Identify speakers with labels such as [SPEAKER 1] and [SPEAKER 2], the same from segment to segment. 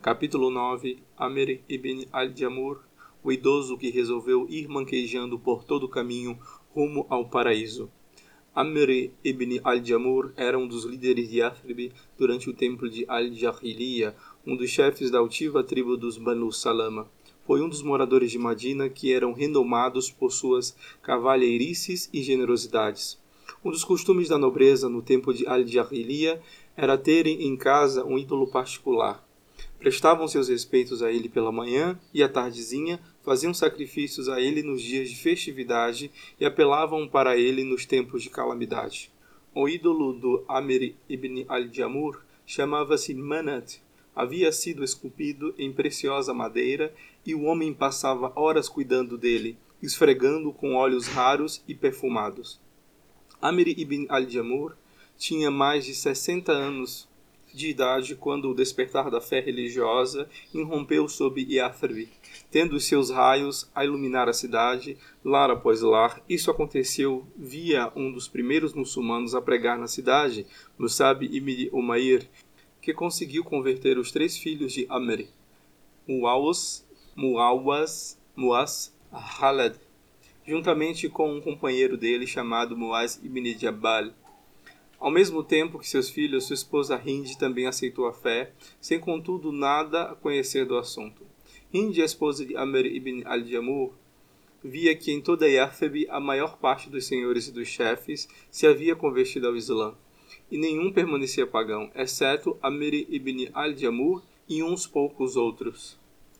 [SPEAKER 1] Capítulo 9. Amr ibn al-Jamur, o idoso que resolveu ir manquejando por todo o caminho rumo ao paraíso. Amr ibn al-Jamur era um dos líderes de Yathrib durante o tempo de Al-Jahiliya, um dos chefes da altiva tribo dos Banu Salama. Foi um dos moradores de Madina que eram renomados por suas cavalheirices e generosidades. Um dos costumes da nobreza no tempo de Al-Jahiliya era terem em casa um ídolo particular. Prestavam seus respeitos a ele pela manhã e à tardezinha, faziam sacrifícios a ele nos dias de festividade e apelavam para ele nos tempos de calamidade. O ídolo do Amr ibn al-Jamur chamava-se Manat. Havia sido esculpido em preciosa madeira e o homem passava horas cuidando dele, esfregando com óleos raros e perfumados. Amr ibn al-Jamur tinha mais de 60 anos de idade quando o despertar da fé religiosa irrompeu sobre Yathrib, tendo seus raios a iluminar a cidade, lar após lar. Isso aconteceu via um dos primeiros muçulmanos a pregar na cidade, Musab ibn Umair, que conseguiu converter os 3 filhos de Amr, Muawaz, Muaz, Khalad, juntamente com um companheiro dele chamado Muaz ibn Jabal. Ao mesmo tempo que seus filhos, sua esposa Hind também aceitou a fé, sem contudo nada conhecer do assunto. Hind, a esposa de Amr ibn al-Jamur, via que em toda Yathrib a maior parte dos senhores e dos chefes se havia convertido ao Islã, e nenhum permanecia pagão, exceto Amr ibn al-Jamur e uns poucos outros.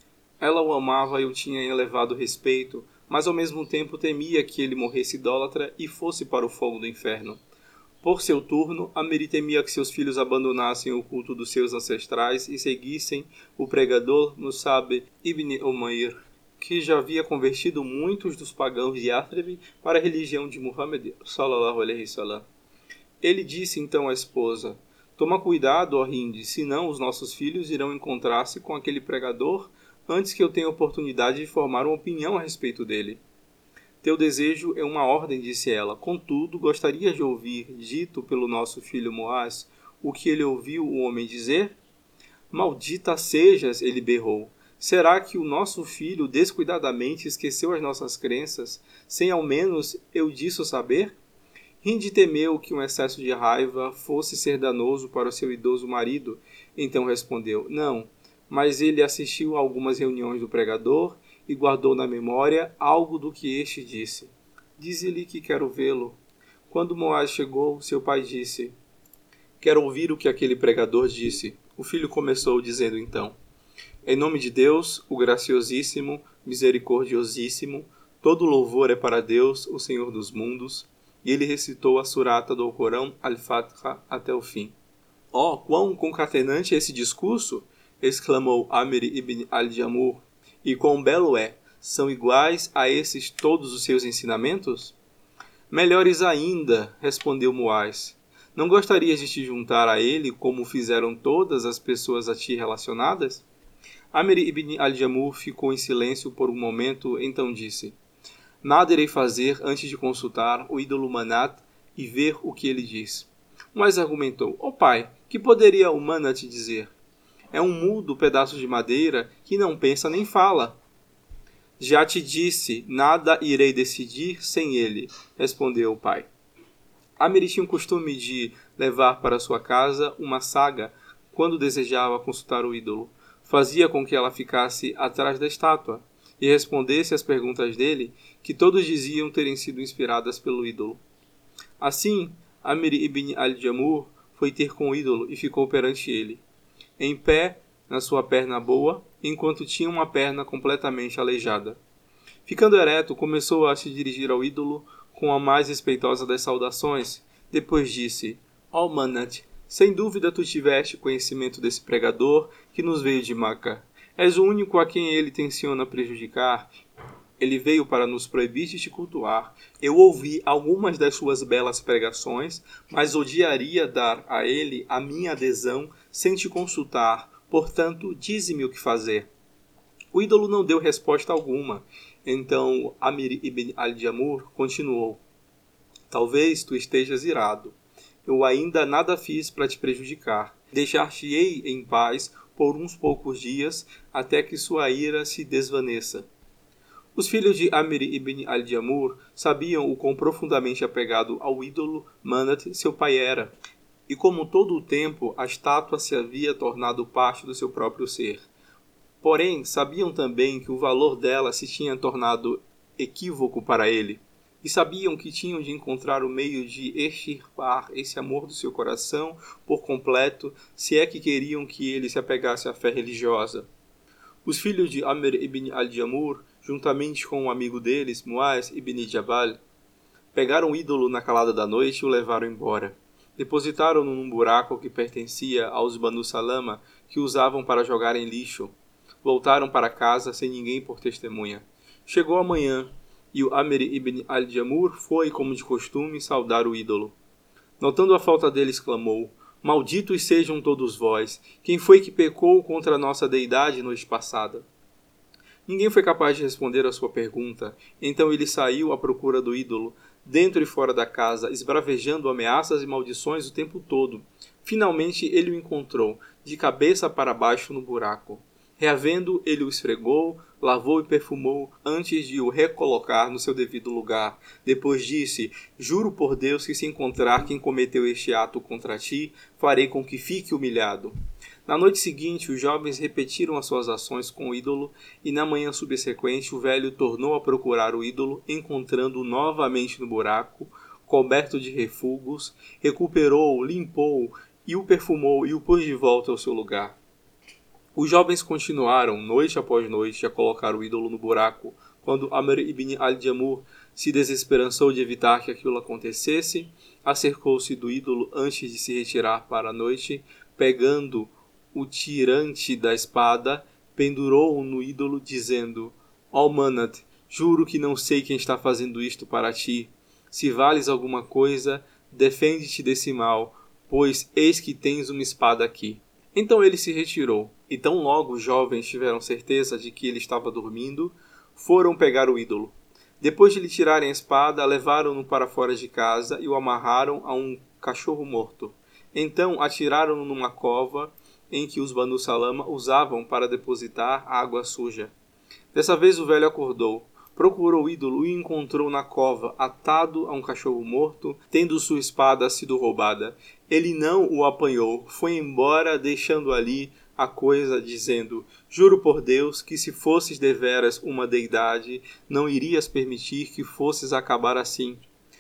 [SPEAKER 1] Ela o amava e o tinha em elevado respeito, mas ao mesmo tempo temia que ele morresse idólatra e fosse para o fogo do inferno. Por seu turno, Amr temia que seus filhos abandonassem o culto dos seus ancestrais e seguissem o pregador Musab ibn Umair, que já havia convertido muitos dos pagãos de Yathrib para a religião de Muhammad sallallahu alaihi wasallam. Ele disse então à esposa: "Toma cuidado, ó Hind, senão os nossos filhos irão encontrar-se com aquele pregador antes que eu tenha oportunidade de formar uma opinião a respeito dele." "Teu desejo é uma ordem", disse ela. "Contudo, gostaria de ouvir, dito pelo nosso filho Muaz, o que ele ouviu o homem dizer?" "Maldita sejas", ele berrou. "Será que o nosso filho descuidadamente esqueceu as nossas crenças, sem ao menos eu disso saber?" Hind temeu que um excesso de raiva fosse ser danoso para o seu idoso marido, então respondeu: "Não, mas ele assistiu a algumas reuniões do pregador e guardou na memória algo do que este disse. Dize-lhe que quero vê-lo." Quando Muaz chegou, seu pai disse: "Quero ouvir o que aquele pregador disse." O filho começou dizendo então: "Em nome de Deus, o graciosíssimo, misericordiosíssimo, todo louvor é para Deus, o Senhor dos mundos." E ele recitou a surata do Alcorão, Al-Fatiha, até o fim. "Oh, quão concatenante é esse discurso!" exclamou Amr ibn al-Jamur. "E quão belo é! São iguais a esses todos os seus ensinamentos?" "Melhores ainda", respondeu Muaz. "Não gostarias de te juntar a ele como fizeram todas as pessoas a ti relacionadas?" Amr ibn al-Jamur ficou em silêncio por um momento, então disse: "Nada irei fazer antes de consultar o ídolo Manat e ver o que ele diz." Muaz argumentou: "Ó pai, que poderia o Manat dizer? É um mudo pedaço de madeira que não pensa nem fala." "Já te disse, nada irei decidir sem ele", respondeu o pai. Amr tinha o costume de levar para sua casa uma saga quando desejava consultar o ídolo. Fazia com que ela ficasse atrás da estátua e respondesse às perguntas dele, que todos diziam terem sido inspiradas pelo ídolo. Assim, Amr ibn al-Jamur foi ter com o ídolo e ficou perante ele, em pé na sua perna boa, enquanto tinha uma perna completamente aleijada. Ficando ereto, começou a se dirigir ao ídolo com a mais respeitosa das saudações. Depois disse: "Ó Manat, sem dúvida tu tiveste conhecimento desse pregador que nos veio de Maca. És o único a quem ele tenciona prejudicar. Ele veio para nos proibir de te cultuar. Eu ouvi algumas das suas belas pregações, mas odiaria dar a ele a minha adesão sem te consultar. Portanto, dize-me o que fazer." O ídolo não deu resposta alguma. Então Amr ibn al-Jamur continuou: "Talvez tu estejas irado. Eu ainda nada fiz para te prejudicar. Deixar-te-ei em paz por uns poucos dias, até que sua ira se desvaneça. Os filhos de Amr ibn al-Jamur sabiam o quão profundamente apegado ao ídolo Manat seu pai era, e como todo o tempo a estátua se havia tornado parte do seu próprio ser. Porém, sabiam também que o valor dela se tinha tornado equívoco para ele, e sabiam que tinham de encontrar o meio de extirpar esse amor do seu coração por completo, se é que queriam que ele se apegasse à fé religiosa. Os filhos de Amr ibn al-Jamur, juntamente com um amigo deles, Muaz ibn Jabal, pegaram o ídolo na calada da noite e o levaram embora. Depositaram-no num buraco que pertencia aos Banu Salama, que usavam para jogar em lixo. Voltaram para casa sem ninguém por testemunha. Chegou a manhã, e o Amr ibn al-Jamur foi, como de costume, saudar o ídolo. Notando a falta dele, exclamou: Malditos sejam todos vós! Quem foi que pecou contra a nossa deidade noite passada? Ninguém foi capaz de responder a sua pergunta. Então ele saiu à procura do ídolo, dentro e fora da casa, esbravejando ameaças e maldições o tempo todo. Finalmente ele o encontrou, de cabeça para baixo no buraco. Reavendo, ele o esfregou, lavou e perfumou, antes de o recolocar no seu devido lugar. Depois disse: Juro por Deus que se encontrar quem cometeu este ato contra ti, farei com que fique humilhado. Na noite seguinte, os jovens repetiram as suas ações com o ídolo, e na manhã subsequente o velho tornou a procurar o ídolo, encontrando-o novamente no buraco, coberto de refugos, recuperou-o, limpou-o, e o perfumou e o pôs de volta ao seu lugar. Os jovens continuaram, noite após noite, a colocar o ídolo no buraco. Quando Amr ibn al-Jamur se desesperançou de evitar que aquilo acontecesse, acercou-se do ídolo antes de se retirar para a noite, pegando o tirante da espada, pendurou-o no ídolo, dizendo: Ó Manat, juro que não sei quem está fazendo isto para ti. Se vales alguma coisa, defende-te desse mal, pois eis que tens uma espada aqui. Então ele se retirou, e tão logo os jovens tiveram certeza de que ele estava dormindo, foram pegar o ídolo. Depois de lhe tirarem a espada, levaram-no para fora de casa e o amarraram a um cachorro morto. Então atiraram-no numa cova em que os Banu Salama usavam para depositar água suja. Dessa vez o velho acordou, procurou o ídolo e o encontrou na cova, atado a um cachorro morto, tendo sua espada sido roubada. Ele não o apanhou, foi embora, deixando ali a coisa, dizendo: Juro por Deus que se fosses deveras uma deidade, não irias permitir que fosses acabar assim.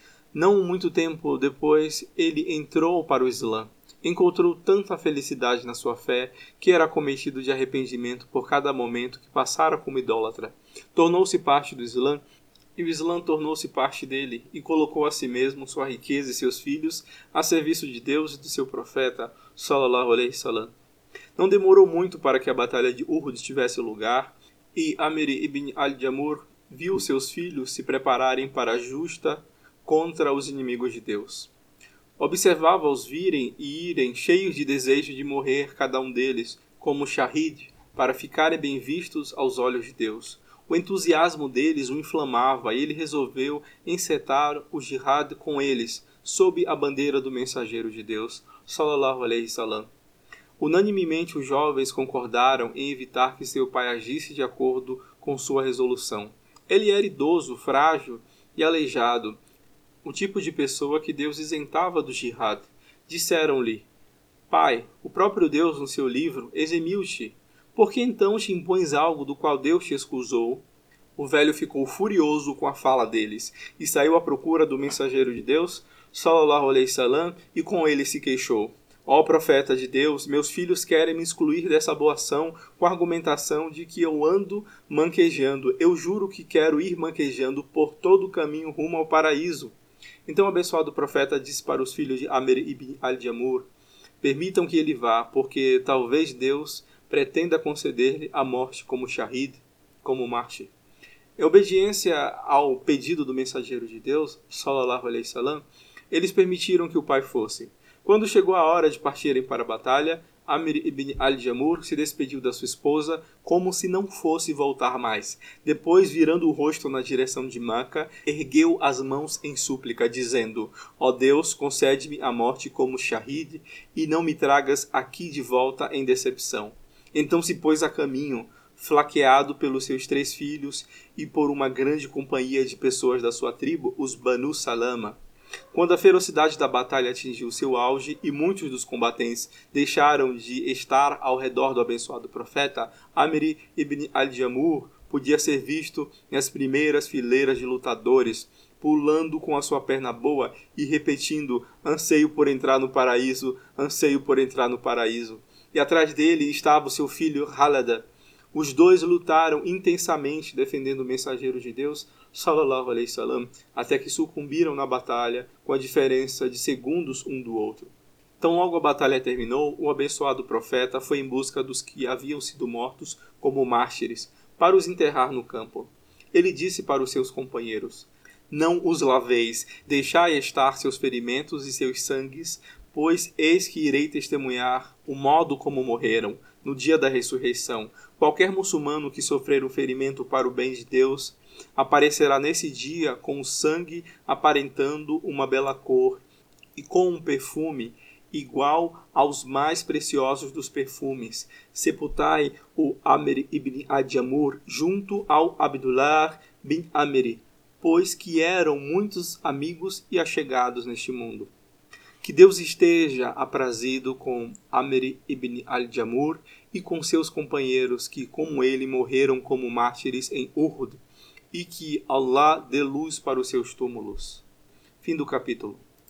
[SPEAKER 1] Não muito tempo depois, ele entrou para o Islã. Encontrou tanta felicidade na sua fé que era cometido de arrependimento por cada momento que passara como idólatra. Tornou-se parte do Islã, e o Islã tornou-se parte dele, e colocou a si mesmo sua riqueza e seus filhos a serviço de Deus e do seu profeta, sallallahu alaihi wasallam. Não demorou muito para que a batalha de Uhud tivesse lugar, e Amr ibn al-Jamur viu seus filhos se prepararem para a justa contra os inimigos de Deus. Observava-os virem e irem, cheios de desejo de morrer cada um deles, como shahid, para ficarem bem vistos aos olhos de Deus. O entusiasmo deles o inflamava e ele resolveu encetar o jihad com eles, sob a bandeira do mensageiro de Deus, sallallahu alaihi wasallam. Unanimemente os jovens concordaram em evitar que seu pai agisse de acordo com sua resolução. Ele era idoso, frágil e aleijado, o tipo de pessoa que Deus isentava do jihad. Disseram-lhe: Pai, o próprio Deus no seu livro eximiu-te. Por que então te impões algo do qual Deus te excusou? O velho ficou furioso com a fala deles e saiu à procura do mensageiro de Deus, sallallahu alaihi wasallam, e com ele se queixou: Ó profeta de Deus, meus filhos querem me excluir dessa boa ação com a argumentação de que eu ando manquejando. Eu juro que quero ir manquejando por todo o caminho rumo ao paraíso. Então o abençoado profeta disse para os filhos de Amr ibn al-Jamur: Permitam que ele vá, porque talvez Deus pretenda conceder-lhe a morte como shahid, como mártir. Em obediência ao pedido do mensageiro de Deus, sallallahu alaihi wasallam, eles permitiram que o pai fosse. Quando chegou a hora de partirem para a batalha, Amr ibn al-Jamur se despediu da sua esposa como se não fosse voltar mais. Depois, virando o rosto na direção de Meca, ergueu as mãos em súplica, dizendo: Ó Deus, concede-me a morte como shahid e não me tragas aqui de volta em decepção. Então se pôs a caminho, flaqueado pelos seus 3 filhos e por uma grande companhia de pessoas da sua tribo, os Banu Salama. Quando a ferocidade da batalha atingiu seu auge e muitos dos combatentes deixaram de estar ao redor do abençoado profeta, Amr ibn al-Jamur podia ser visto nas primeiras fileiras de lutadores, pulando com a sua perna boa e repetindo: anseio por entrar no paraíso, anseio por entrar no paraíso. E atrás dele estava o seu filho Halada. Os dois lutaram intensamente defendendo o mensageiro de Deus, sallallahu alaihi wasallam, até que sucumbiram na batalha com a diferença de segundos um do outro. Tão logo a batalha terminou, o abençoado profeta foi em busca dos que haviam sido mortos como mártires, para os enterrar no campo. Ele disse para os seus companheiros: não os laveis, deixai estar seus ferimentos e seus sangues, pois eis que irei testemunhar o modo como morreram, no dia da ressurreição. Qualquer muçulmano que sofrer um ferimento para o bem de Deus, aparecerá nesse dia com o sangue aparentando uma bela cor e com um perfume igual aos mais preciosos dos perfumes. Sepultai o Amr ibn al-Jamur junto ao Abdullah bin Amr, pois que eram muitos amigos e achegados neste mundo. Que Deus esteja aprazido com Amr ibn al-Jamur e com seus companheiros que, como ele, morreram como mártires em Uhud, e que Allah dê luz para os seus túmulos. Fim do capítulo.